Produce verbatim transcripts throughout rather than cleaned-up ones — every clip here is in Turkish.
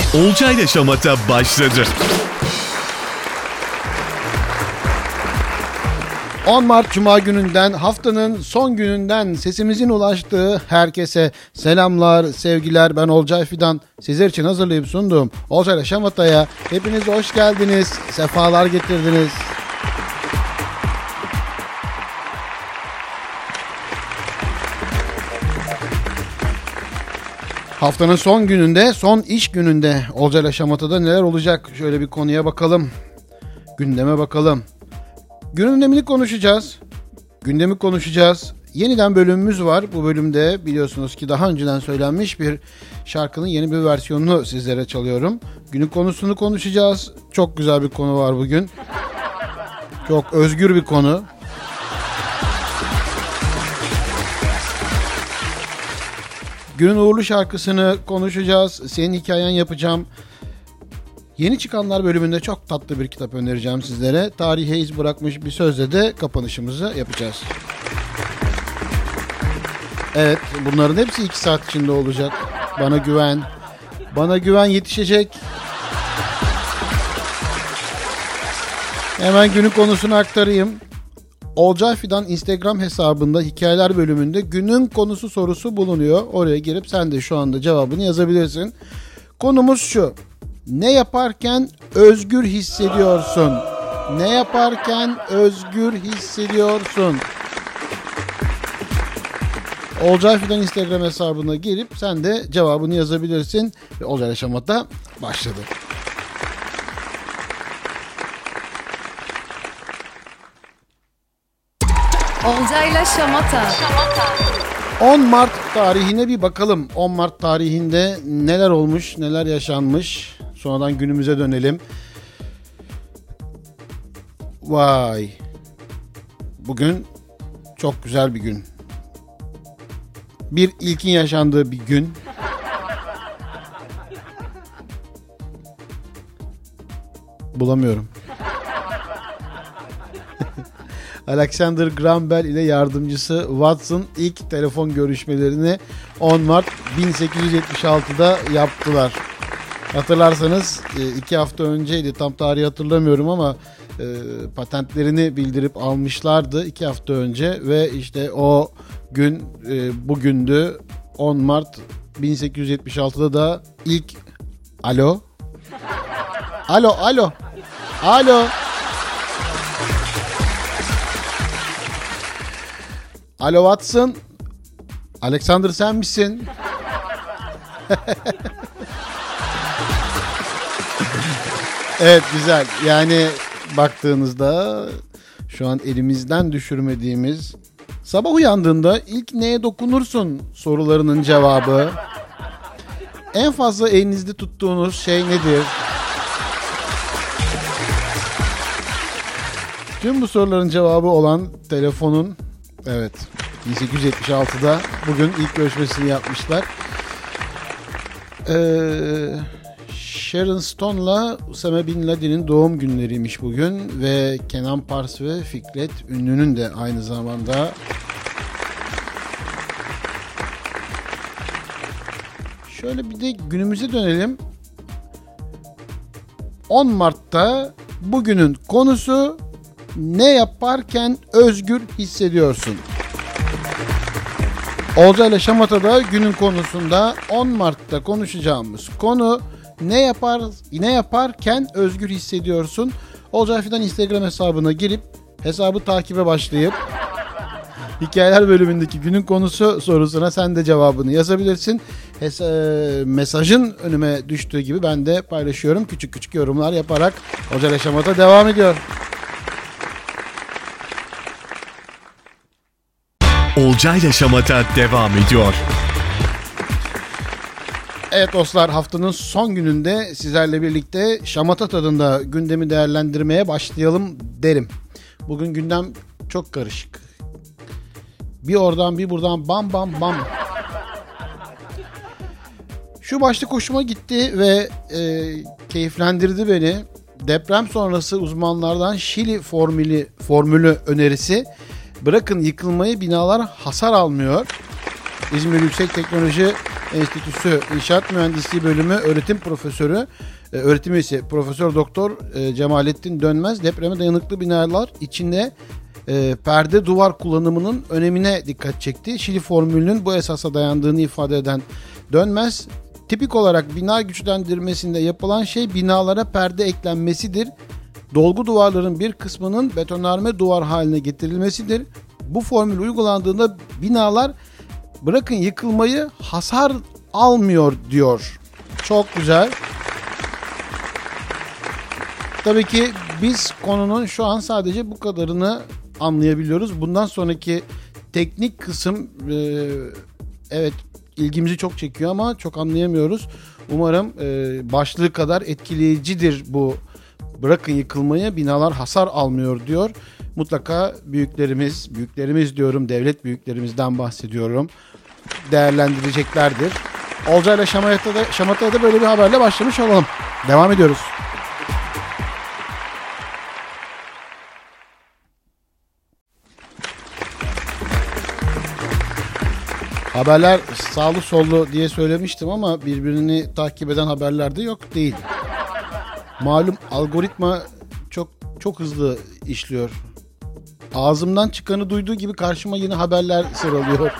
Olcayla Şamata başladı. on Mart Cuma gününden, haftanın son gününden sesimizin ulaştığı herkese selamlar, sevgiler. Ben Olcay Fidan. Sizler için hazırlayıp sunduğum Olcayla Şamata'ya hepiniz hoş geldiniz, sefalar getirdiniz. Haftanın son gününde, son iş gününde Olcayla Şamata'da neler olacak? Şöyle bir konuya bakalım, gündeme bakalım. Gündemini konuşacağız. Gündemi konuşacağız. Yeniden bölümümüz var. Bu bölümde biliyorsunuz ki daha önceden söylenmiş bir şarkının yeni bir versiyonunu sizlere çalıyorum. Günün konusunu konuşacağız. Çok güzel bir konu var bugün. Çok özgür bir konu. Günün uğurlu şarkısını konuşacağız. Senin hikayen yapacağım. Yeni çıkanlar bölümünde çok tatlı bir kitap önereceğim sizlere. Tarihe iz bırakmış bir sözle de kapanışımızı yapacağız. Evet, bunların hepsi iki saat içinde olacak. Bana güven. Bana güven, yetişecek. Hemen günün konusunu aktarayım. Olcay Fidan Instagram hesabında hikayeler bölümünde günün konusu sorusu bulunuyor. Oraya girip sen de şu anda cevabını yazabilirsin. Konumuz şu. Ne yaparken özgür hissediyorsun? Ne yaparken özgür hissediyorsun? Olcay Fidan Instagram hesabına girip sen de cevabını yazabilirsin. Ve Olcayla Şamata başladı. Olcayla Şamata. on Mart tarihine bir bakalım. on Mart tarihinde neler olmuş, neler yaşanmış? Sonradan günümüze dönelim. Vay. Bugün çok güzel bir gün. Bir ilkin yaşandığı bir gün. Bulamıyorum. Alexander Graham Bell ile yardımcısı Watson ilk telefon görüşmelerini on Mart bin sekiz yüz yetmiş altıda yaptılar. Hatırlarsanız iki hafta önceydi, tam tarihi hatırlamıyorum ama e, patentlerini bildirip almışlardı iki hafta önce ve işte o gün e, bugündü. on Mart bin sekiz yüz yetmiş altıda da ilk alo alo alo alo alo Watson, Alexander sen misin? Evet, güzel. Yani baktığınızda şu an elimizden düşürmediğimiz, sabah uyandığında ilk neye dokunursun sorularının cevabı. En fazla elinizde tuttuğunuz şey nedir? Tüm bu soruların cevabı olan telefonun, evet, bin sekiz yüz yetmiş altıda bugün ilk görüşmesini yapmışlar. Eee... Sharon Stone'la Usame Bin Laden'in doğum günleriymiş bugün ve Kenan Pars ve Fikret Ünlü'nün de aynı zamanda. Şöyle bir de günümüze dönelim. on Mart'ta bugünün konusu ne yaparken özgür hissediyorsun? Olcayla Şamata'da günün konusunda on Mart'ta konuşacağımız konu Ne yapar ne yaparken özgür hissediyorsun? Olcay Fidan Instagram hesabına girip hesabı takibe başlayıp hikayeler bölümündeki günün konusu sorusuna sen de cevabını yazabilirsin. Hes- mesajın önüme düştüğü gibi ben de paylaşıyorum. Küçük küçük yorumlar yaparak Olcayla Şamata devam ediyor. Olcayla Şamata devam ediyor. Evet dostlar, haftanın son gününde sizlerle birlikte Şamata tadında gündemi değerlendirmeye başlayalım derim. Bugün gündem çok karışık. Bir oradan bir buradan bam bam bam. Şu başlık hoşuma gitti ve e, keyiflendirdi beni. Deprem sonrası uzmanlardan Şili formülü, formülü önerisi. Bırakın yıkılmayı, binalar hasar almıyor. İzmir Yüksek Teknoloji Enstitüsü İnşaat Mühendisliği Bölümü öğretim profesörü, e, öğretim üyesi Profesör Doktor e, Cemalettin Dönmez depreme dayanıklı binalar içinde e, perde duvar kullanımının önemine dikkat çekti. Şili formülünün bu esasa dayandığını ifade eden Dönmez, tipik olarak bina güçlendirmesinde yapılan şey binalara perde eklenmesidir. Dolgu duvarların bir kısmının betonarme duvar haline getirilmesidir. Bu formül uygulandığında binalar bırakın yıkılmayı hasar almıyor diyor. Çok güzel. Tabii ki biz konunun şu an sadece bu kadarını anlayabiliyoruz. Bundan sonraki teknik kısım e, evet ilgimizi çok çekiyor ama çok anlayamıyoruz. Umarım e, başlığı kadar etkileyicidir bu. Bırakın yıkılmayı, binalar hasar almıyor diyor. Mutlaka büyüklerimiz, büyüklerimiz diyorum, devlet büyüklerimizden bahsediyorum, değerlendireceklerdir. Olcay'la Şamata'da, Şamata'da da böyle bir haberle başlamış olalım. Devam ediyoruz. Haberler sağlı sollu diye söylemiştim ama birbirini takip eden haberler de yok değil. Malum algoritma çok çok hızlı işliyor. Ağzımdan çıkanı duyduğu gibi karşıma yeni haberler sıralıyor.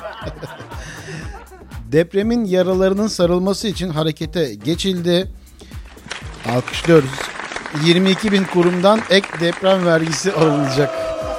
Depremin yaralarının sarılması için harekete geçildi. Alkışlıyoruz. yirmi iki bin kurumdan ek deprem vergisi alınacak.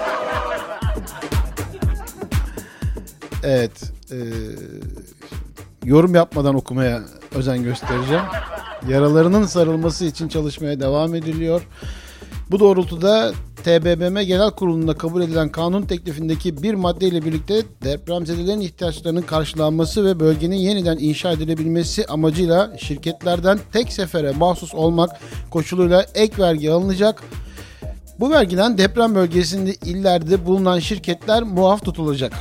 Evet. E, yorum yapmadan okumaya özen göstereceğim. Yaralarının sarılması için çalışmaya devam ediliyor. Bu doğrultuda T B B M Genel Kurulu'nda kabul edilen kanun teklifindeki bir maddeyle birlikte depremzedelerin ihtiyaçlarının karşılanması ve bölgenin yeniden inşa edilebilmesi amacıyla şirketlerden tek sefere mahsus olmak koşuluyla ek vergi alınacak. Bu vergiden deprem bölgesinde illerde bulunan şirketler muaf tutulacak.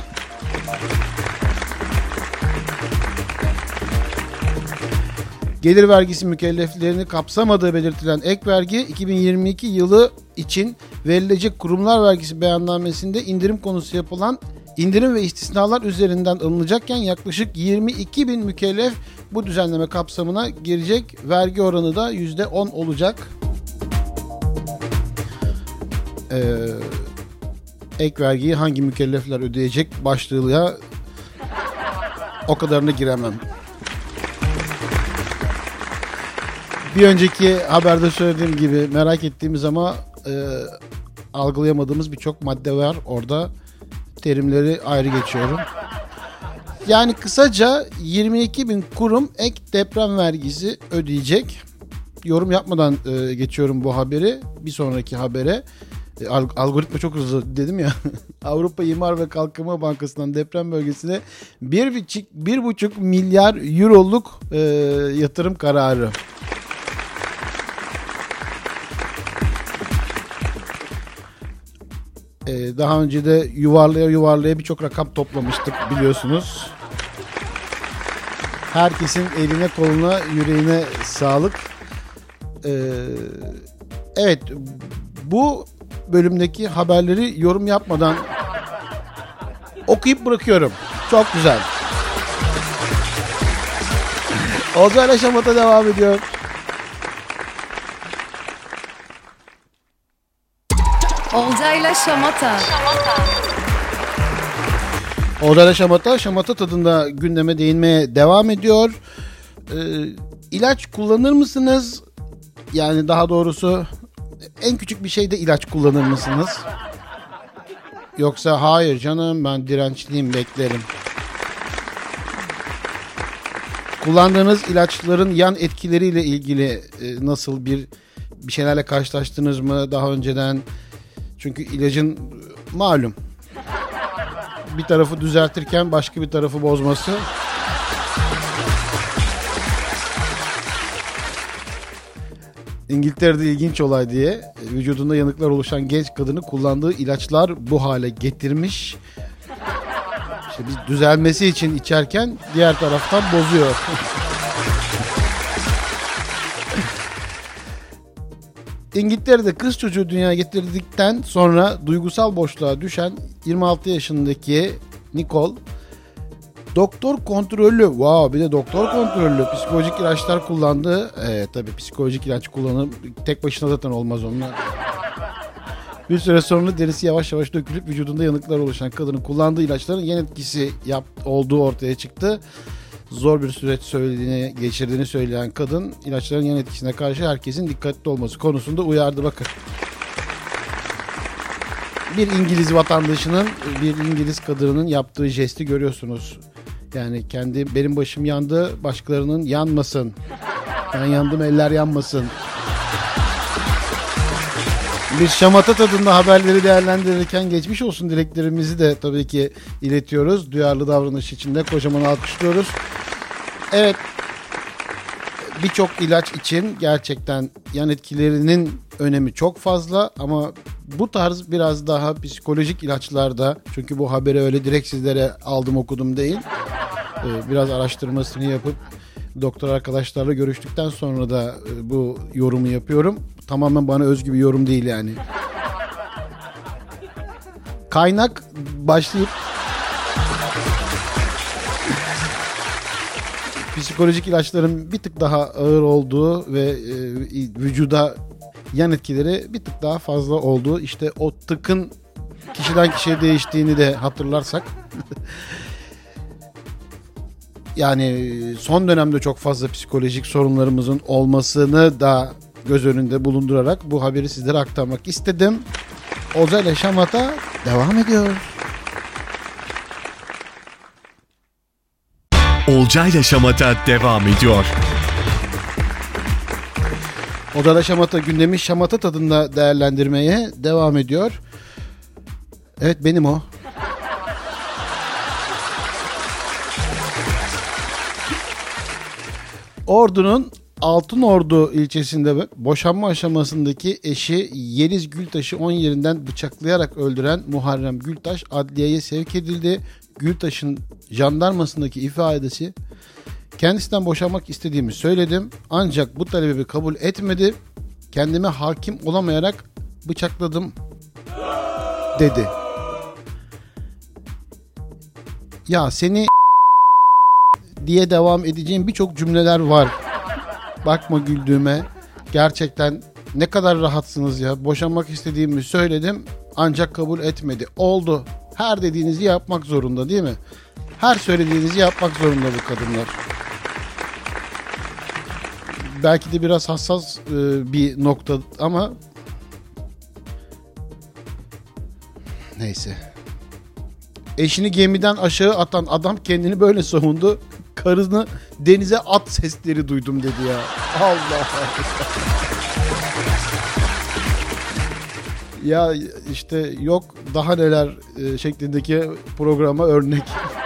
Gelir vergisi mükelleflerini kapsamadığı belirtilen ek vergi iki bin yirmi iki yılı için verilecek kurumlar vergisi beyannamesinde indirim konusu yapılan indirim ve istisnalar üzerinden alınacakken yaklaşık yirmi iki bin mükellef bu düzenleme kapsamına girecek. Vergi oranı da yüzde on olacak. Ee, ek vergiyi hangi mükellefler ödeyecek başlığıyla o kadarına giremem. Bir önceki haberde söylediğim gibi merak ettiğimiz ama e, algılayamadığımız birçok madde var. Orada terimleri ayrı geçiyorum. Yani kısaca yirmi iki bin kurum ek deprem vergisi ödeyecek. Yorum yapmadan e, geçiyorum bu haberi. Bir sonraki habere. E, algoritma çok hızlı dedim ya. Avrupa İmar ve Kalkınma Bankası'ndan deprem bölgesine bir buçuk milyar euroluk e, yatırım kararı. Daha önce de yuvarlaya yuvarlaya birçok rakam toplamıştık biliyorsunuz. Herkesin eline, koluna, yüreğine sağlık. Ee, evet, bu bölümdeki haberleri yorum yapmadan okuyup bırakıyorum. Çok güzel. Olcay'la Şamata devam ediyor. Olcay'la Şamata. Olcay'la Şamata, Şamata tadında gündeme değinmeye devam ediyor. Ee, ilaç kullanır mısınız? Yani daha doğrusu en küçük bir şeyde ilaç kullanır mısınız? Yoksa hayır canım ben dirençliyim beklerim. Kullandığınız ilaçların yan etkileriyle ilgili e, nasıl bir bir şeylerle karşılaştınız mı daha önceden? Çünkü ilacın malum bir tarafı düzeltirken başka bir tarafı bozması. İngiltere'de ilginç olay diye vücudunda yanıklar oluşan genç kadını kullandığı ilaçlar bu hale getirmiş. İşte biz düzelmesi için içerken diğer taraftan bozuyor. İngiltere'de kız çocuğu dünyaya getirdikten sonra duygusal boşluğa düşen yirmi altı yaşındaki Nicole Doktor kontrollü. Wow, bir de doktor kontrollü. Psikolojik ilaçlar kullandı. Evet tabii psikolojik ilaç kullanım tek başına zaten olmaz onlar. Bir süre sonra derisi yavaş yavaş dökülüp vücudunda yanıklar oluşan kadının kullandığı ilaçların yan etkisi yap, olduğu ortaya çıktı. Zor bir süreç söylediğini, geçirdiğini söyleyen kadın ilaçların yan etkisine karşı herkesin dikkatli olması konusunda uyardı. Bakın. Bir İngiliz vatandaşının, bir İngiliz kadının yaptığı jesti görüyorsunuz. Yani kendi benim başım yandı, başkalarının yanmasın. Ben yandım, eller yanmasın. Bir şamata tadında haberleri değerlendirirken geçmiş olsun dileklerimizi de tabii ki iletiyoruz. Duyarlı davranış için de kocaman alkışlıyoruz. Evet, birçok ilaç için gerçekten yan etkilerinin önemi çok fazla ama bu tarz biraz daha psikolojik ilaçlarda, çünkü bu haberi öyle direkt sizlere aldım okudum değil, biraz araştırmasını yapıp doktor arkadaşlarla görüştükten sonra da bu yorumu yapıyorum. Tamamen bana özgü bir yorum değil yani. Kaynak başlayıp psikolojik ilaçların bir tık daha ağır olduğu ve e, vücuda yan etkileri bir tık daha fazla olduğu, işte o tıkın kişiden kişiye değiştiğini de hatırlarsak yani son dönemde çok fazla psikolojik sorunlarımızın olmasını da göz önünde bulundurarak bu haberi sizlere aktarmak istedim. Olcay ile Şamata devam ediyor. Olcay ile Şamata devam ediyor. Olcay ile Şamata gündemi şamata tadında değerlendirmeye devam ediyor. Evet, benim o. Ordu'nun Altınordu ilçesinde boşanma aşamasındaki eşi Yeliz Gültaş'ı on yerinden bıçaklayarak öldüren Muharrem Gültaş adliyeye sevk edildi. Gültaş'ın jandarmasındaki ifadesi: kendisinden boşanmak istediğimi söyledim ancak bu talebi kabul etmedi. Kendime hakim olamayarak bıçakladım dedi. Ya seni diye devam edeceğim birçok cümleler var. Bakma güldüğüme. Gerçekten ne kadar rahatsınız ya. Boşanmak istediğimi söyledim ancak kabul etmedi. Oldu. Her dediğinizi yapmak zorunda değil mi? Her söylediğinizi yapmak zorunda bu kadınlar. Belki de biraz hassas e, bir nokta ama neyse. Eşini gemiden aşağı atan adam kendini böyle savundu. Karını denize at sesleri duydum dedi ya. Allah Allah. Ya işte yok daha neler e, şeklindeki programa örnek.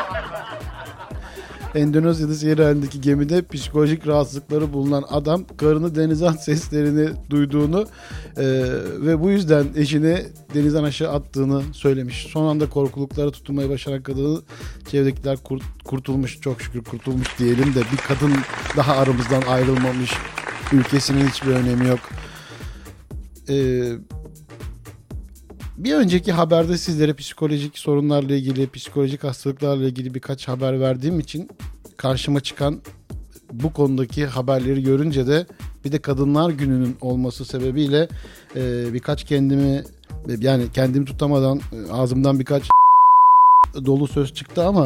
Endonezya'da seyir halindeki gemide psikolojik rahatsızlıkları bulunan adam karını denize at seslerini duyduğunu e, ve bu yüzden eşini denizden aşağı attığını söylemiş. Son anda korkuluklara tutunmayı başaran kadını çevredekiler kurt, kurtulmuş, çok şükür kurtulmuş diyelim de bir kadın daha aramızdan ayrılmamış. Ülkesinin hiçbir önemi yok. Eee Bir önceki haberde sizlere psikolojik sorunlarla ilgili, psikolojik hastalıklarla ilgili birkaç haber verdiğim için karşıma çıkan bu konudaki haberleri görünce de bir de Kadınlar Günü'nün olması sebebiyle e, birkaç kendimi yani kendimi tutamadan ağzımdan birkaç dolu söz çıktı ama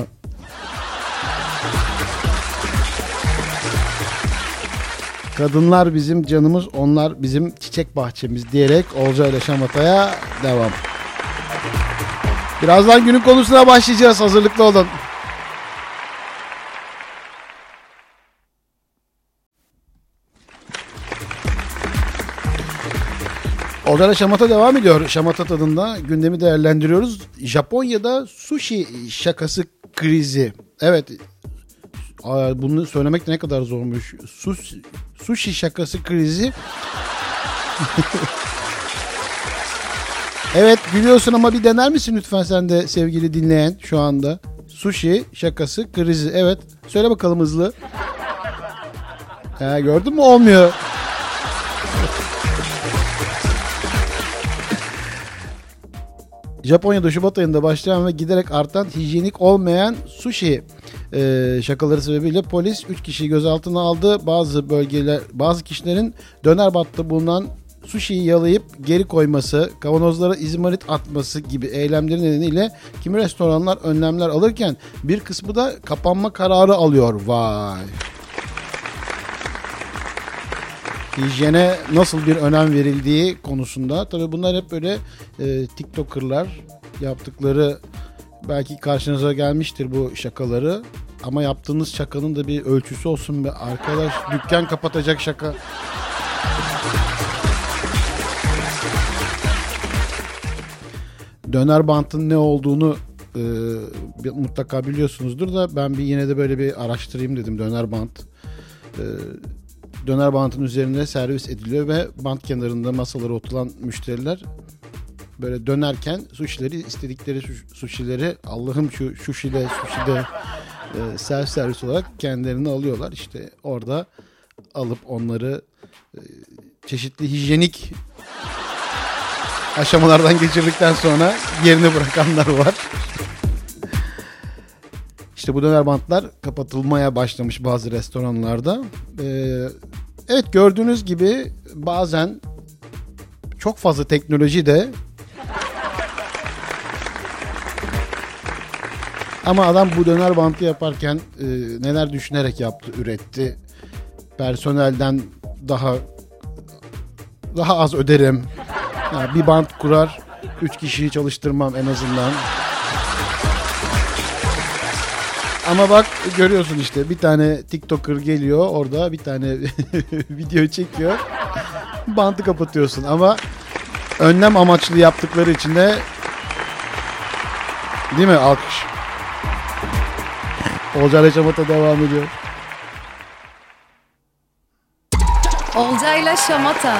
kadınlar bizim canımız, onlar bizim çiçek bahçemiz diyerek Olcay ile Şamata'ya devam. Birazdan günün konusuna başlayacağız. Hazırlıklı olun. Olcay ile Şamata devam ediyor. Şamata tadında gündemi değerlendiriyoruz. Japonya'da sushi şakası krizi. Evet. Bunu söylemek de ne kadar zormuş. Sus, sushi şakası krizi. Evet gülüyorsun ama bir dener misin lütfen sen de sevgili dinleyen şu anda. Sushi şakası krizi. Evet. Söyle bakalım hızlı. Ha, gördün mü? Olmuyor. Japonya'da Şubat ayında başlayan ve giderek artan hijyenik olmayan sushi Ee, şakaları sebebiyle polis üç kişiyi gözaltına aldı. Bazı bölgeler, bazı kişilerin Dönerbank'ta bulunan sushi'yi yalayıp geri koyması, kavanozlara izmarit atması gibi eylemleri nedeniyle kimi restoranlar önlemler alırken bir kısmı da kapanma kararı alıyor. Vay. Hijyene nasıl bir önem verildiği konusunda. Tabii bunlar hep böyle e, TikToker'lar yaptıkları, belki karşınıza gelmiştir bu şakaları. Ama yaptığınız şakanın da bir ölçüsü olsun be arkadaş. Dükkan kapatacak şaka. Döner bantın ne olduğunu e, mutlaka biliyorsunuzdur da ben bir yine de böyle bir araştırayım dedim. Döner bant. E, döner bantın üzerine servis ediliyor ve bant kenarında masalara oturan müşteriler böyle dönerken sushi'leri, istedikleri sushi'leri, Allah'ım şu sushi'de sushi'de e, self servis olarak kendilerini alıyorlar. İşte orada alıp onları e, çeşitli hijyenik aşamalardan geçirdikten sonra yerine bırakanlar var. İşte bu döner bantlar kapatılmaya başlamış bazı restoranlarda. Ee, evet, gördüğünüz gibi bazen çok fazla teknoloji de ama adam bu döner bantı yaparken e, neler düşünerek yaptı, üretti. Personelden daha daha az öderim. Yani bir bant kurar, üç kişiyi çalıştırmam en azından. Ama bak görüyorsun işte bir tane TikToker geliyor orada bir tane video çekiyor. Bantı kapatıyorsun ama önlem amaçlı yaptıkları için de değil mi? Alkış. Olcayla Şamata devam ediyor. Olcayla Şamata.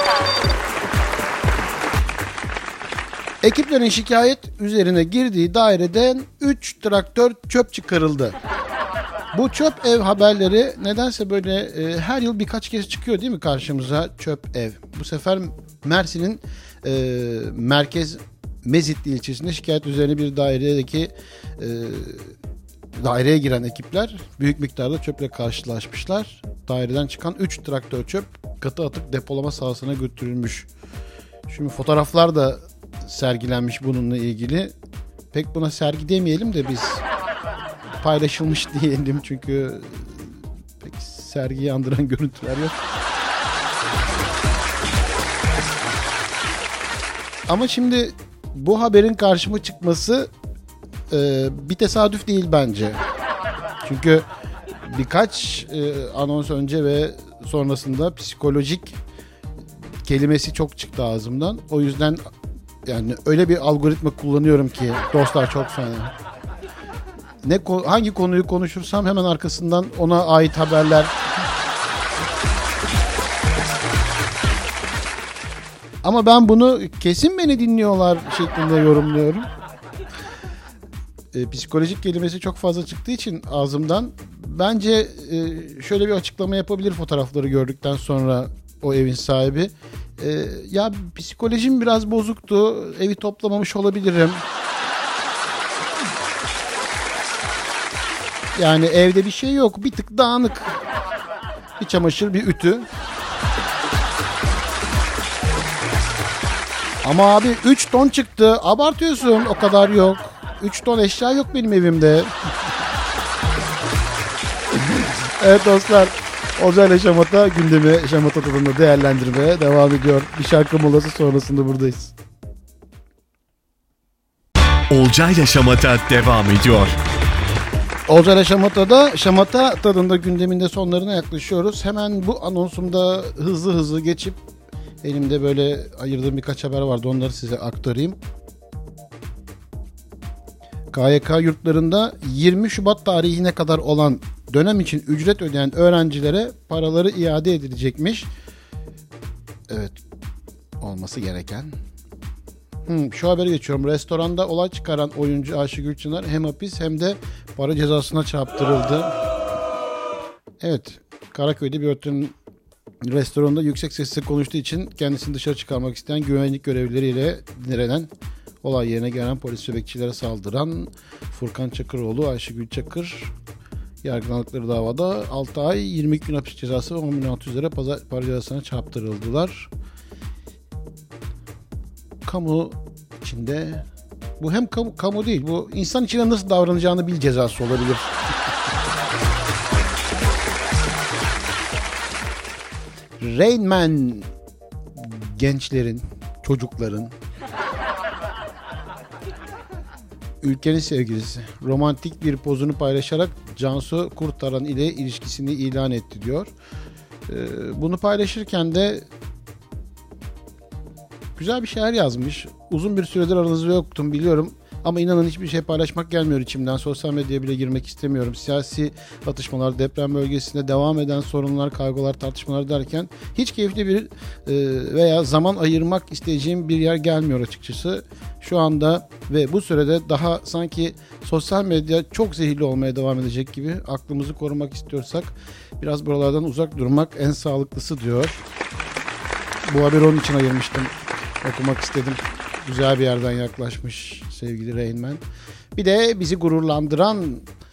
Ekiplerin şikayet üzerine girdiği daireden üç traktör çöp çıkarıldı. Bu çöp ev haberleri nedense böyle e, her yıl birkaç kez çıkıyor değil mi karşımıza, çöp ev. Bu sefer Mersin'in e, merkez Mezitli ilçesinde şikayet üzerine bir dairedeki e, daireye giren ekipler büyük miktarda çöple karşılaşmışlar. Daireden çıkan üç traktör çöp katı atık depolama sahasına götürülmüş. Şimdi fotoğraflar da sergilenmiş bununla ilgili. Pek buna sergi demeyelim de biz paylaşılmış diyelim çünkü pek sergiyi andıran görüntüler yok. Ama şimdi bu haberin karşıma çıkması e, bir tesadüf değil bence. Çünkü birkaç e, anons önce ve sonrasında psikolojik kelimesi çok çıktı ağzımdan. O yüzden yani öyle bir algoritma kullanıyorum ki dostlar çok fena. Ne hangi konuyu konuşursam hemen arkasından ona ait haberler. Ama ben bunu kesin beni dinliyorlar şeklinde yorumluyorum. E, psikolojik kelimesi çok fazla çıktığı için ağzımdan bence e, şöyle bir açıklama yapabilir fotoğrafları gördükten sonra o evin sahibi. Ee, ya psikolojim biraz bozuktu. Evi toplamamış olabilirim. Yani evde bir şey yok. Bir tık dağınık. Bir çamaşır, bir ütü. Ama abi üç ton çıktı. Abartıyorsun. O kadar yok. üç ton eşya yok benim evimde. Evet dostlar. Olcayla Şamata gündemi Şamata tadında değerlendirmeye devam ediyor. Bir şarkı molası sonrasında buradayız. Olcayla Şamata devam ediyor. Olcayla Şamata'da Şamata tadında gündeminde sonlarına yaklaşıyoruz. Hemen bu anonsumda hızlı hızlı geçip elimde böyle ayırdığım birkaç haber vardı. Onları size aktarayım. K Y K yurtlarında yirmi Şubat tarihine kadar olan dönem için ücret ödeyen öğrencilere paraları iade edilecekmiş. Evet, olması gereken. Hmm, şu haberi geçiyorum. Restoranda olay çıkaran oyuncu Ayşe Gülçınar hem hapis hem de para cezasına çarptırıldı. Evet, Karaköy'de bir otelin restoranda yüksek sesle konuştuğu için kendisini dışarı çıkarmak isteyen güvenlik görevlileriyle direnen, olay yerine gelen polis ve bekçilere saldıran Furkan Çakıroğlu Ayşe Gül Çakır Yargılandıkları davada altı ay yirmi iki gün hapis cezası ve on bin altı yüz lira para cezasına çarptırıldılar. Kamu içinde bu hem kamu, kamu değil, bu insan içinde nasıl davranacağını bil cezası olabilir. Rain Man gençlerin, çocukların, ülkenin sevgilisi romantik bir pozunu paylaşarak Cansu Kurtaran ile ilişkisini ilan etti diyor. Ee, bunu paylaşırken de güzel bir şeyler yazmış. Uzun bir süredir aranızda yoktum biliyorum. Ama inanın hiçbir şey paylaşmak gelmiyor içimden. Sosyal medyaya bile girmek istemiyorum. Siyasi atışmalar, deprem bölgesinde devam eden sorunlar, kavgalar, tartışmalar derken hiç keyifli bir veya zaman ayırmak isteyeceğim bir yer gelmiyor açıkçası. Şu anda ve bu sürede daha sanki sosyal medya çok zehirli olmaya devam edecek gibi. Aklımızı korumak istiyorsak biraz buralardan uzak durmak en sağlıklısı diyor. Bu haberi onun için ayırmıştım. Okumak istedim. Güzel bir yerden yaklaşmış sevgili Rain Man. Bir de bizi gururlandıran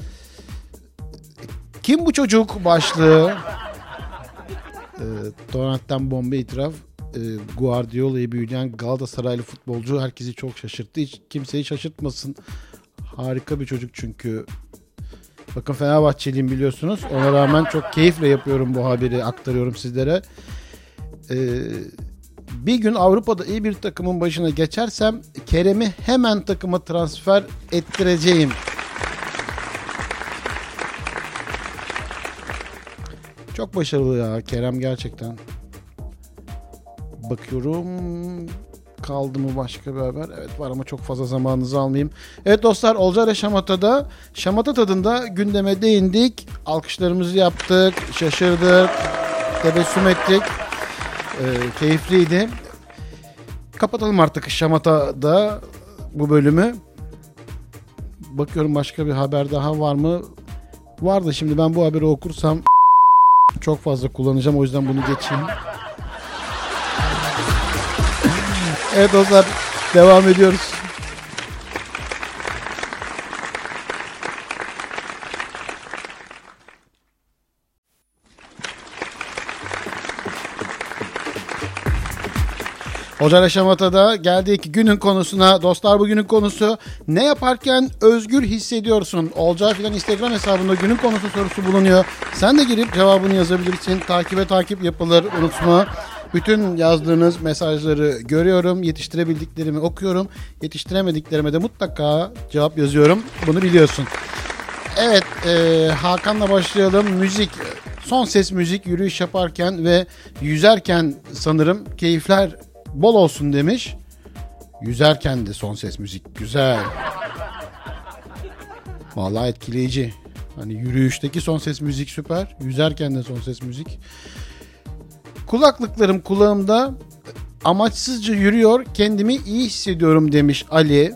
kim bu çocuk başlığı. E, Torrent'ten bomba itiraf. E, Guardiola'yı büyüleyen Galatasaraylı futbolcu herkesi çok şaşırttı. Hiç kimseyi şaşırtmasın. Harika bir çocuk çünkü. Bakın Fenerbahçeliyim biliyorsunuz. Ona rağmen çok keyifle yapıyorum bu haberi, aktarıyorum sizlere. Eee Bir gün Avrupa'da iyi bir takımın başına geçersem Kerem'i hemen takıma transfer ettireceğim. Çok başarılı ya Kerem gerçekten. Bakıyorum kaldı mı başka bir haber? Evet var ama çok fazla zamanınızı almayayım. Evet dostlar, Olcay'la Şamata'da Şamata tadında gündeme değindik. Alkışlarımızı yaptık, şaşırdık, tebessüm ettik. Ee, keyifliydi. Kapatalım artık Şamata'da bu bölümü. Bakıyorum başka bir haber daha var mı? Vardı, şimdi ben bu haberi okursam çok fazla kullanacağım, o yüzden bunu geçeyim. Evet dostlar, devam ediyoruz. Olcay'la Şamata'da geldik günün konusuna. Dostlar, bugünün konusu ne yaparken özgür hissediyorsun? Olcay filan Instagram hesabında günün konusu sorusu bulunuyor. Sen de girip cevabını yazabilirsin. Takibe takip yapılır, unutma. Bütün yazdığınız mesajları görüyorum. Yetiştirebildiklerimi okuyorum. Yetiştiremediklerime de mutlaka cevap yazıyorum. Bunu biliyorsun. Evet, e, Hakan'la başlayalım. Müzik, son ses müzik, yürüyüş yaparken ve yüzerken sanırım keyifler bol olsun demiş. Yüzerken de son ses müzik. Güzel. Vallahi etkileyici. Hani yürüyüşteki son ses müzik süper. Yüzerken de son ses müzik. Kulaklıklarım kulağımda, amaçsızca yürüyor, kendimi iyi hissediyorum demiş Ali.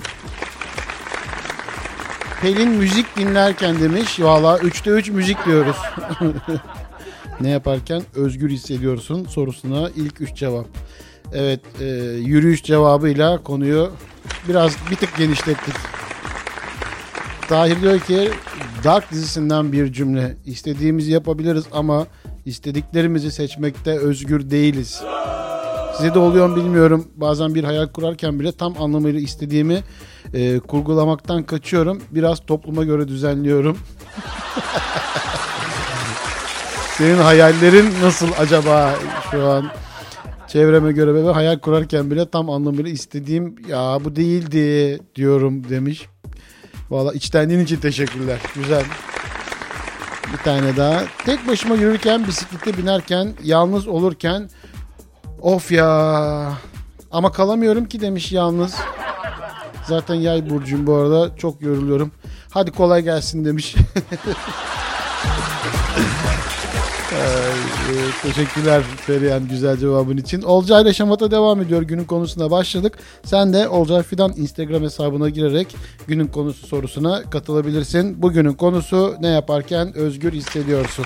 Pelin müzik dinlerken demiş. Vallahi üçte üç müzik diyoruz. Ne yaparken özgür hissediyorsun sorusuna ilk üç cevap. Evet, e, yürüyüş cevabıyla konuyu biraz bir tık genişlettik. Tahir diyor ki Dark dizisinden bir cümle. İstediğimizi yapabiliriz ama istediklerimizi seçmekte özgür değiliz. Size de oluyor mu bilmiyorum. Bazen bir hayal kurarken bile tam anlamıyla istediğimi e, kurgulamaktan kaçıyorum. Biraz topluma göre düzenliyorum. Senin hayallerin nasıl acaba şu an? Çevreme göre ve hayal kurarken bile tam anlamıyla istediğim ya bu değildi diyorum demiş. Vallahi içtenliğin için teşekkürler. Güzel. Bir tane daha. Tek başıma yürürken, bisiklete binerken, yalnız olurken of ya ama kalamıyorum ki demiş yalnız. Zaten yay burcuyum bu arada. Çok yoruluyorum. Hadi kolay gelsin demiş. Ay, e, teşekkürler Ferihan güzel cevabın için. Olcay'la Şamata devam ediyor. Günün konusuna başladık. Sen de Olcay Fidan Instagram hesabına girerek günün konusu sorusuna katılabilirsin. Bugünün konusu ne yaparken özgür hissediyorsun?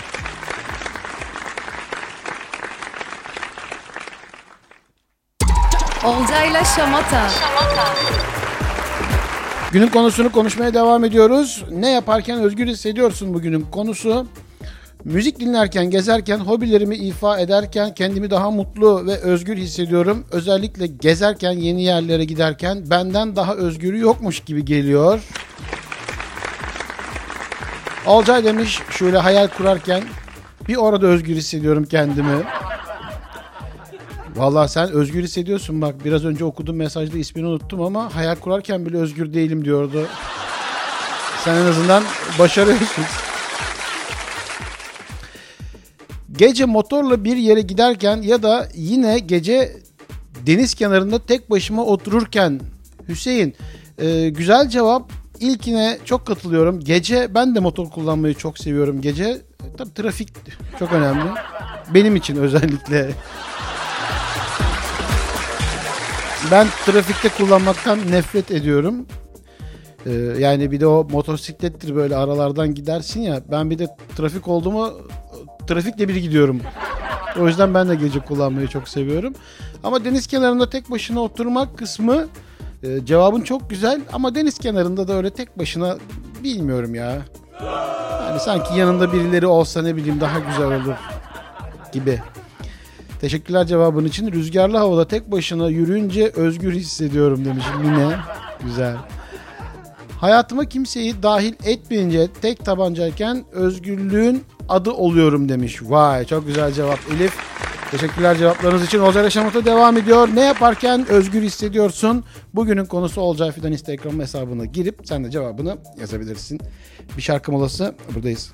Olcay'la Şamata. Günün konusunu konuşmaya devam ediyoruz. Ne yaparken özgür hissediyorsun bugünün konusu. Müzik dinlerken, gezerken, hobilerimi ifa ederken kendimi daha mutlu ve özgür hissediyorum. Özellikle gezerken, yeni yerlere giderken benden daha özgürü yokmuş gibi geliyor. Olcay demiş, şöyle hayal kurarken bir orada özgür hissediyorum kendimi. Vallahi sen özgür hissediyorsun bak. Biraz önce okuduğum mesajda ismini unuttum ama hayal kurarken bile özgür değilim diyordu. Sen en azından başarıyorsun. Gece motorla bir yere giderken ya da yine gece deniz kenarında tek başıma otururken. Hüseyin, e, güzel cevap. İlkine çok katılıyorum. Gece ben de motor kullanmayı çok seviyorum gece. E, tabii trafik çok önemli. Benim için özellikle. Ben trafikte kullanmaktan nefret ediyorum. Ee, yani bir de o motosiklettir böyle aralardan gidersin ya. Ben bir de trafik oldu mu trafikle bir gidiyorum. O yüzden ben de gece kullanmayı çok seviyorum. Ama deniz kenarında tek başına oturmak kısmı e, cevabın çok güzel. Ama deniz kenarında da öyle tek başına bilmiyorum ya. Yani sanki yanında birileri olsa ne bileyim daha güzel olur gibi. Teşekkürler cevabın için. Rüzgarlı havada tek başına yürüyünce özgür hissediyorum demiş Mine. Güzel. Hayatıma kimseyi dahil etmeyince tek tabancayken özgürlüğün adı oluyorum demiş. Vay çok güzel cevap Elif. Teşekkürler cevaplarınız için. Olcay Şamata devam ediyor. Ne yaparken özgür hissediyorsun? Bugünün konusu Olcay Fidan Instagram hesabına girip sen de cevabını yazabilirsin. Bir şarkı molası, buradayız.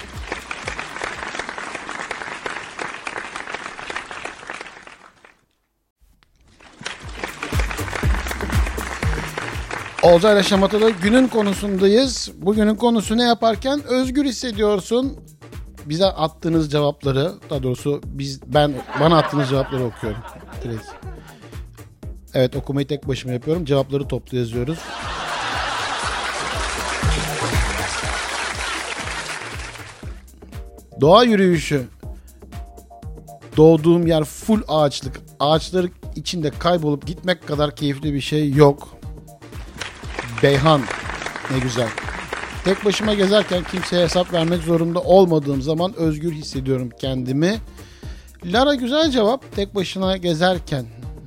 Olcay Şamata'da günün konusundayız. Bugünün konusu ne yaparken özgür hissediyorsun? Bize attığınız cevapları, daha doğrusu biz ben bana attığınız cevapları okuyorum. Direkt. Evet, okumayı tek başıma yapıyorum. Cevapları toplu yazıyoruz. Doğa yürüyüşü. Doğduğum yer full ağaçlık. Ağaçların içinde kaybolup gitmek kadar keyifli bir şey yok. Beyhan, ne güzel. Tek başıma gezerken kimseye hesap vermek zorunda olmadığım zaman özgür hissediyorum kendimi. Lara güzel cevap. Tek başına gezerken.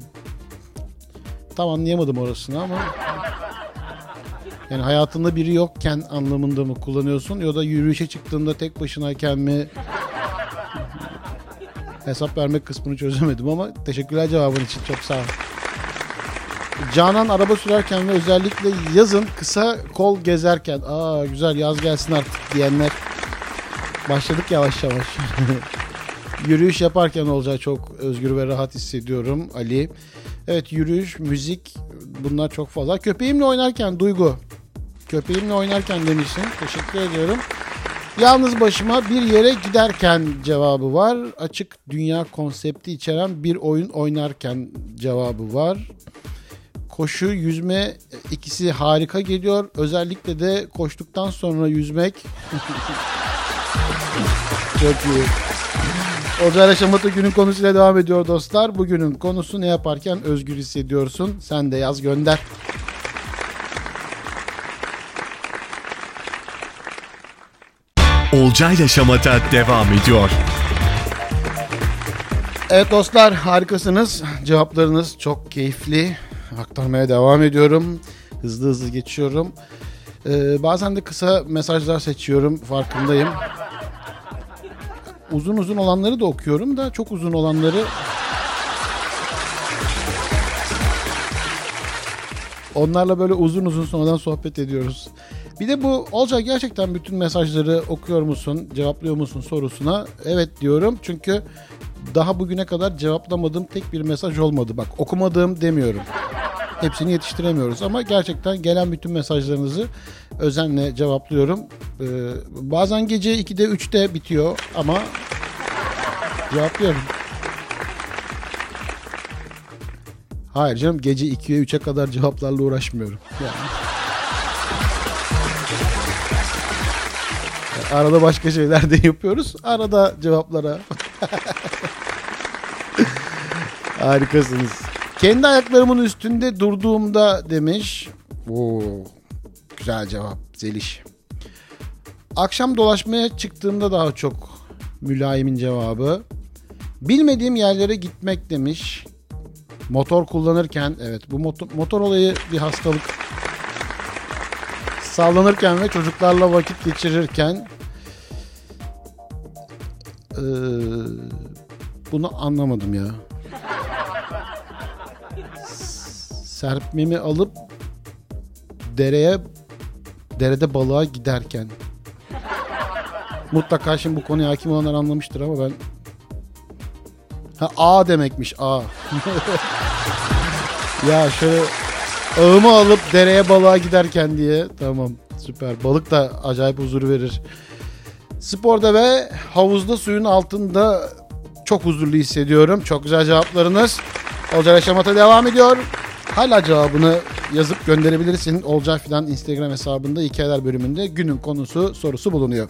Tam anlayamadım orasını ama. Yani hayatında biri yokken anlamında mı kullanıyorsun? Ya da yürüyüşe çıktığında tek başınayken mi? Hesap vermek kısmını çözemedim ama teşekkürler cevabın için. Çok sağ ol. Canan araba sürerken ve özellikle yazın kısa kol gezerken. Aa güzel, yaz gelsin artık diyenler. Başladık yavaş yavaş. Yürüyüş yaparken olacağı çok özgür ve rahat hissediyorum Ali. Evet, yürüyüş, müzik, bunlar çok fazla. Köpeğimle oynarken Duygu. Köpeğimle oynarken demişsin. Teşekkür ediyorum. Yalnız başıma bir yere giderken cevabı var. Açık dünya konsepti içeren bir oyun oynarken cevabı var. Koşu, yüzme ikisi harika geliyor. Özellikle de koştuktan sonra yüzmek. Çok iyi. Olcay Şamata günün konusuyla devam ediyor dostlar. Bugünün konusu ne yaparken özgür hissediyorsun? Sen de yaz, gönder. Olcay Şamata devam ediyor. Evet dostlar, harikasınız. Cevaplarınız çok keyifli. Aktarmaya devam ediyorum. Hızlı hızlı geçiyorum. Ee, bazen de kısa mesajlar seçiyorum. Farkındayım. Uzun uzun olanları da okuyorum da çok uzun olanları onlarla böyle uzun uzun sonradan sohbet ediyoruz. Bir de bu Olcay gerçekten bütün mesajları okuyor musun, cevaplıyor musun sorusuna evet diyorum. Çünkü daha bugüne kadar cevaplamadığım tek bir mesaj olmadı. Bak, okumadığım demiyorum. Hepsini yetiştiremiyoruz ama gerçekten gelen bütün mesajlarınızı özenle cevaplıyorum. Ee, bazen gece ikide üçte bitiyor ama cevaplıyorum. Hayır canım, gece ikiye üçe kadar cevaplarla uğraşmıyorum. Yani. Arada başka şeyler de yapıyoruz. Arada cevaplara. Harikasınız. Kendi ayaklarımın üstünde durduğumda demiş. Oo. Güzel cevap Zeliş. Akşam dolaşmaya çıktığımda daha çok Mülayim'in cevabı. Bilmediğim yerlere gitmek demiş. Motor kullanırken, evet bu motor, motor olayı bir hastalık. Sallanırken ve çocuklarla vakit geçirirken ee, bunu anlamadım ya. Serpmemi alıp dereye derede balığa giderken. Mutlaka şimdi bu konuya hakim olanlar anlamıştır ama ben ha A demekmiş A. Ya şöyle ağımı alıp dereye balığa giderken diye. Tamam, süper. Balık da acayip huzur verir. Sporda ve havuzda suyun altında çok huzurlu hissediyorum. Çok güzel cevaplarınız. Olcay Şamata devam ediyor. Hala cevabını yazıp gönderebilirsin. Olcay Fidan Instagram hesabında hikayeler bölümünde günün konusu sorusu bulunuyor.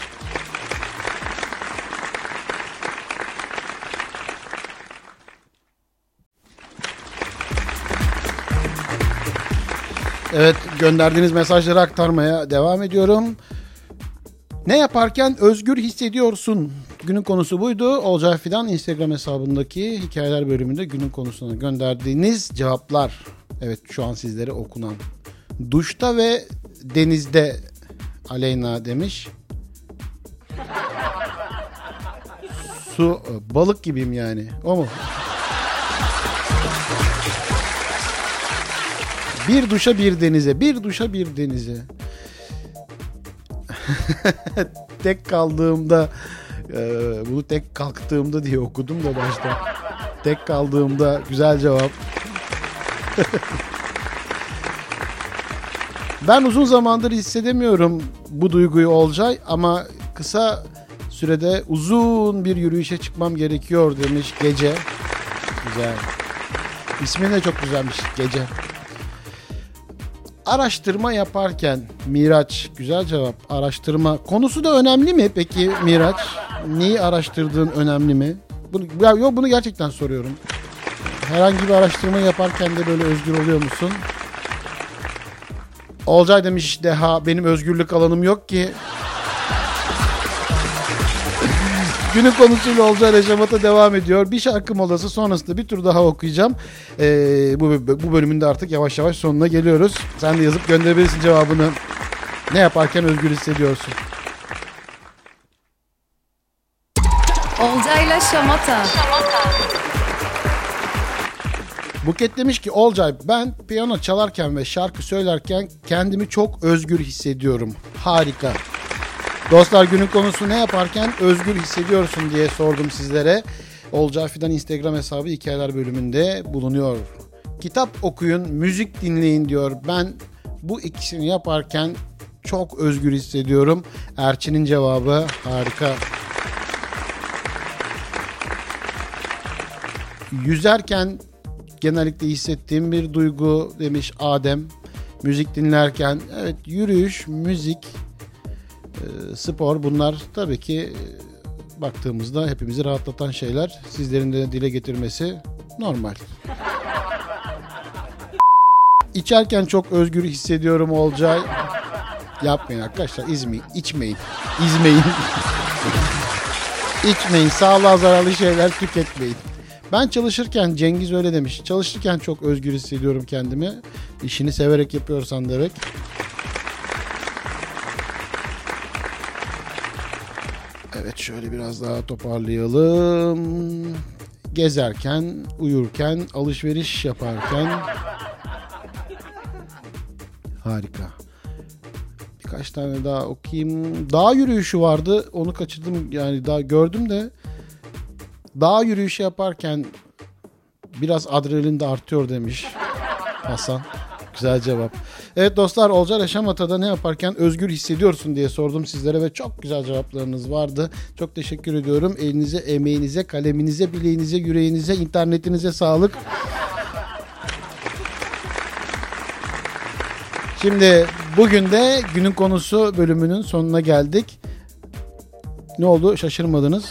Evet, gönderdiğiniz mesajları aktarmaya devam ediyorum. Ne yaparken özgür hissediyorsun? Günün konusu buydu. Olcay Fidan Instagram hesabındaki hikayeler bölümünde günün konusuna gönderdiğiniz cevaplar. Evet, şu an sizlere okunan. Duşta ve denizde Aleyna demiş. Su, balık gibiyim yani. O mu? Bir duşa bir denize, bir duşa bir denize. Tek kaldığımda, e, bunu tek kalktığımda diye okudum da başta. Tek kaldığımda, güzel cevap. Ben uzun zamandır hissedemiyorum bu duyguyu Olcay ama kısa sürede uzun bir yürüyüşe çıkmam gerekiyor demiş Gece. Güzel. İsmi de çok güzelmiş, Gece. Araştırma yaparken Miraç, güzel cevap. Araştırma konusu da önemli mi peki Miraç? Neyi araştırdığın önemli mi? Bunu, ya, yok bunu gerçekten soruyorum. Herhangi bir araştırma yaparken de böyle özgür oluyor musun? Olcay demiş Deha, benim özgürlük alanım yok ki. Günün konusuyla Olcay Reşamat'a devam ediyor. Bir şarkı molası sonrasında bir tur daha okuyacağım. Ee, bu, bu bölümünde artık yavaş yavaş sonuna geliyoruz. Sen de yazıp gönderebilirsin cevabını. Ne yaparken özgür hissediyorsun? Olcayla Şamata. Buket demiş ki Olcay, ben piyano çalarken ve şarkı söylerken kendimi çok özgür hissediyorum. Harika. Dostlar, günün konusu ne yaparken özgür hissediyorsun diye sordum sizlere. Olcay Fidan Instagram hesabı hikayeler bölümünde bulunuyor. Kitap okuyun, müzik dinleyin diyor. Ben bu ikisini yaparken çok özgür hissediyorum. Erçin'in cevabı harika. Yüzerken genellikle hissettiğim bir duygu demiş Adem. Müzik dinlerken, evet, yürüyüş, müzik, spor, bunlar tabii ki baktığımızda hepimizi rahatlatan şeyler. Sizlerin de dile getirmesi normal. İçerken çok özgür hissediyorum Olcay. Yapmayın arkadaşlar, izmeyin, içmeyin, izmeyin. İçmeyin, sağlığa zararlı şeyler tüketmeyin. Ben çalışırken, Cengiz öyle demiş, çalışırken çok özgür hissediyorum kendimi. İşini severek yapıyorsan demek. Evet, şöyle biraz daha toparlayalım. Gezerken, uyurken, alışveriş yaparken. Harika. Birkaç tane daha okuyayım. Dağ yürüyüşü vardı. Onu kaçırdım. Yani daha gördüm de. Dağ yürüyüşü yaparken biraz adrenalin de artıyor demiş Hasan. Güzel cevap. Evet dostlar, Olcay Reşamata'da ne yaparken özgür hissediyorsun diye sordum sizlere ve çok güzel cevaplarınız vardı. Çok teşekkür ediyorum. Elinize, emeğinize, kaleminize, bileğinize, yüreğinize, internetinize sağlık. Şimdi bugün de günün konusu bölümünün sonuna geldik. Ne oldu? Şaşırmadınız.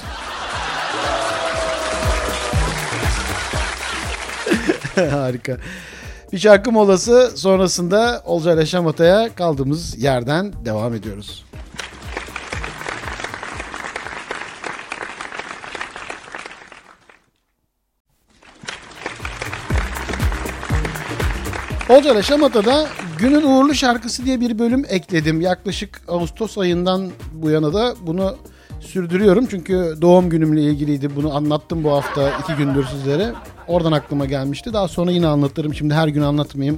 Harika. Bir şarkı molası sonrasında Olcay ile Şamata'ya kaldığımız yerden devam ediyoruz. Olcay ile Şamata'da günün uğurlu şarkısı diye bir bölüm ekledim. Yaklaşık Ağustos ayından bu yana da bunu sürdürüyorum. Çünkü doğum günümle ilgiliydi. Bunu anlattım bu hafta iki gündür sizlere. Oradan aklıma gelmişti. Daha sonra yine anlatırım. Şimdi her gün anlatmayayım.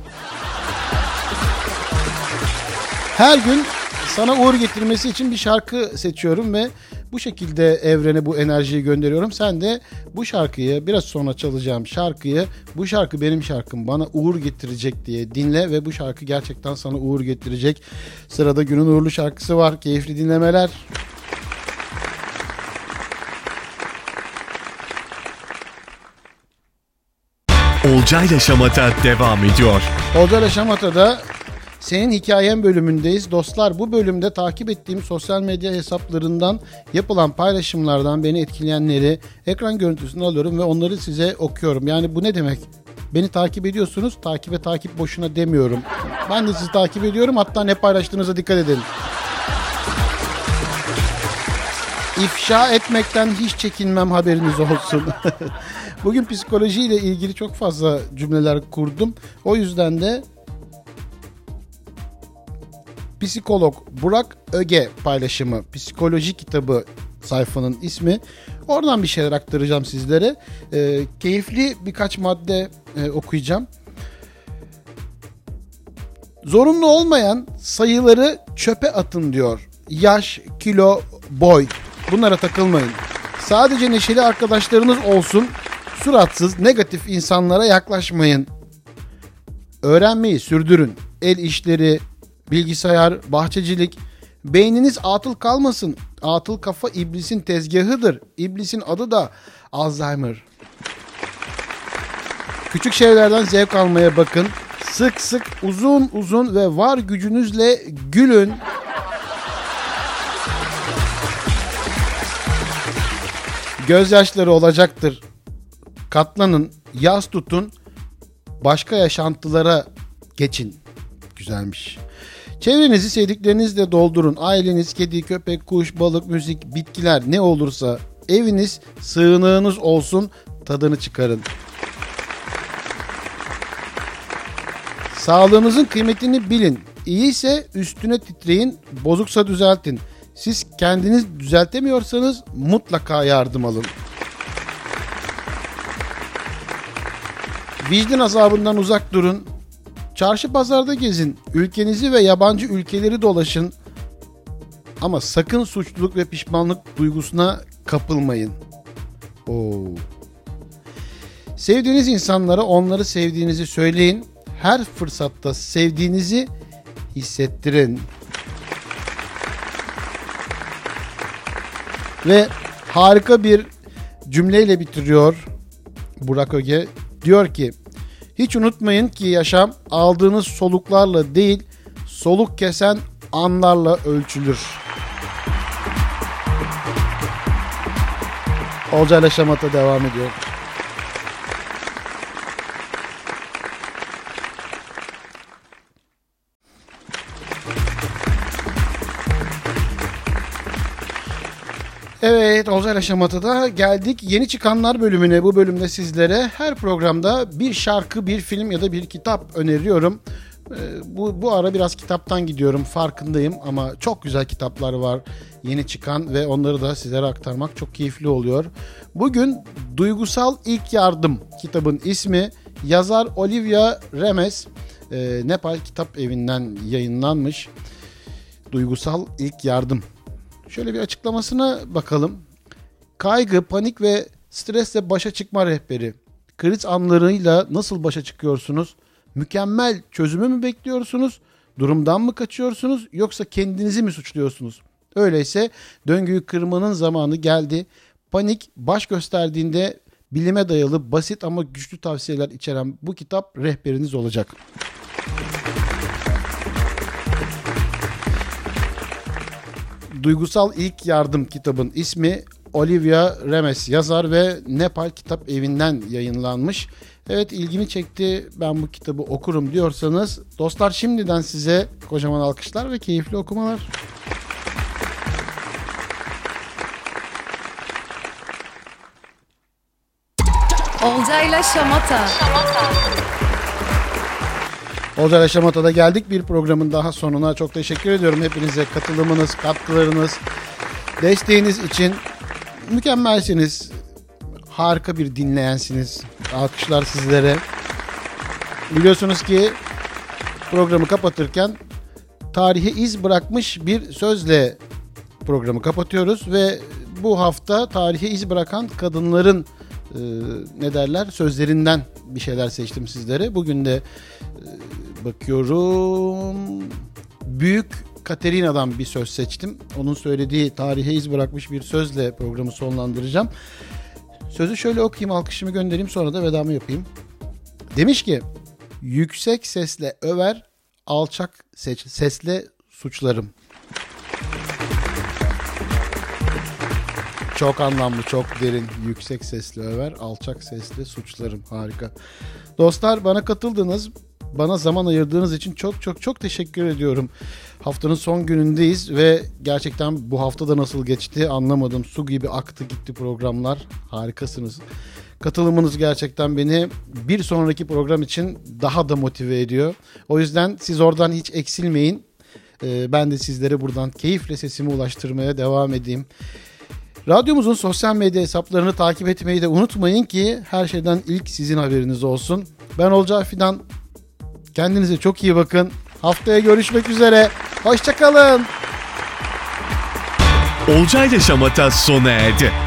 Her gün sana uğur getirmesi için bir şarkı seçiyorum ve bu şekilde evrene bu enerjiyi gönderiyorum. Sen de bu şarkıyı, biraz sonra çalacağım şarkıyı, bu şarkı benim şarkım, bana uğur getirecek diye dinle ve bu şarkı gerçekten sana uğur getirecek. Sırada günün uğurlu şarkısı var. Keyifli dinlemeler. Olcay ile Şamata devam ediyor. Olcay ile Şamata'da senin hikayen bölümündeyiz. Dostlar, bu bölümde takip ettiğim sosyal medya hesaplarından yapılan paylaşımlardan beni etkileyenleri ekran görüntüsünü alıyorum ve onları size okuyorum. Yani bu ne demek? Beni takip ediyorsunuz, takibe takip boşuna demiyorum. Ben de sizi takip ediyorum, hatta ne paylaştığınıza dikkat edin. İfşa etmekten hiç çekinmem, haberiniz olsun. Bugün psikolojiyle ilgili çok fazla cümleler kurdum. O yüzden de psikolog Burak Öge paylaşımı, psikoloji kitabı sayfanın ismi. Oradan bir şeyler aktaracağım sizlere. E, keyifli birkaç madde e, okuyacağım. Zorunlu olmayan sayıları çöpe atın diyor. Yaş, kilo, boy. Bunlara takılmayın. Sadece neşeli arkadaşlarınız olsun. Suratsız, negatif insanlara yaklaşmayın. Öğrenmeyi sürdürün. El işleri, bilgisayar, bahçecilik. Beyniniz atıl kalmasın. Atıl kafa iblisin tezgahıdır. İblisin adı da Alzheimer. Küçük şeylerden zevk almaya bakın. Sık sık, uzun uzun ve var gücünüzle gülün. Gözyaşları olacaktır. Katlanın, yas tutun, başka yaşantılara geçin. Güzelmiş. Çevrenizi sevdiklerinizle doldurun. Aileniz, kedi, köpek, kuş, balık, müzik, bitkiler ne olursa eviniz sığınığınız olsun, tadını çıkarın. Sağlığınızın kıymetini bilin. İyiyse üstüne titreyin, bozuksa düzeltin. Siz kendiniz düzeltemiyorsanız mutlaka yardım alın. Vicdan azabından uzak durun. Çarşı pazarda gezin. Ülkenizi ve yabancı ülkeleri dolaşın. Ama sakın suçluluk ve pişmanlık duygusuna kapılmayın. Oo. Sevdiğiniz insanlara onları sevdiğinizi söyleyin. Her fırsatta sevdiğinizi hissettirin. Ve harika bir cümleyle bitiriyor Burak Öge. Diyor ki, hiç unutmayın ki yaşam aldığınız soluklarla değil, soluk kesen anlarla ölçülür. Olcay ile Şamata devam ediyor. Evet, Olcay ile Şamata'da geldik yeni çıkanlar bölümüne. Bu bölümde sizlere her programda bir şarkı, bir film ya da bir kitap öneriyorum. Bu, bu ara biraz kitaptan gidiyorum, farkındayım, ama çok güzel kitaplar var yeni çıkan ve onları da sizlere aktarmak çok keyifli oluyor. Bugün Duygusal İlk Yardım kitabın ismi, yazar Olivia Remes, e, Nepal Kitap Evi'nden yayınlanmış. Duygusal İlk Yardım. Şöyle bir açıklamasına bakalım. Kaygı, panik ve stresle başa çıkma rehberi. Kriz anlarıyla nasıl başa çıkıyorsunuz? Mükemmel çözümü mü bekliyorsunuz? Durumdan mı kaçıyorsunuz? Yoksa kendinizi mi suçluyorsunuz? Öyleyse döngüyü kırmanın zamanı geldi. Panik baş gösterdiğinde bilime dayalı basit ama güçlü tavsiyeler içeren bu kitap rehberiniz olacak. Duygusal İlk Yardım kitabın ismi, Olivia Remes yazar ve Nepal Kitap Evi'nden yayınlanmış. Evet, ilgimi çekti, ben bu kitabı okurum diyorsanız dostlar, şimdiden size kocaman alkışlar ve keyifli okumalar. Olcayla Şamata. Olcayla Şamata'da geldik. Bir programın daha sonuna çok teşekkür ediyorum. Hepinize katılımınız, katkılarınız, desteğiniz için mükemmelsiniz. Harika bir dinleyensiniz. Alkışlar sizlere. Biliyorsunuz ki programı kapatırken tarihe iz bırakmış bir sözle programı kapatıyoruz ve bu hafta tarihe iz bırakan kadınların e, ne derler sözlerinden bir şeyler seçtim sizlere. Bugün de e, bakıyorum Büyük Katerina'dan bir söz seçtim. Onun söylediği tarihe iz bırakmış bir sözle programı sonlandıracağım. Sözü şöyle okuyayım, alkışımı göndereyim, sonra da vedamı yapayım. Demiş ki, yüksek sesle över, alçak sesle suçlarım. Çok anlamlı, çok derin. Yüksek sesle över, alçak sesle suçlarım. Harika. Dostlar, bana katıldınız. Bana zaman ayırdığınız için çok çok çok teşekkür ediyorum. Haftanın son günündeyiz ve gerçekten bu hafta da nasıl geçti anlamadım. Su gibi aktı gitti programlar. Harikasınız. Katılımınız gerçekten beni bir sonraki program için daha da motive ediyor. O yüzden siz oradan hiç eksilmeyin. Ee, ben de sizlere buradan keyifle sesimi ulaştırmaya devam edeyim. Radyomuzun sosyal medya hesaplarını takip etmeyi de unutmayın ki her şeyden ilk sizin haberiniz olsun. Ben Olcay Fidan. Kendinize çok iyi bakın. Haftaya görüşmek üzere. Hoşça kalın. Olcayla Şamata sona erdi.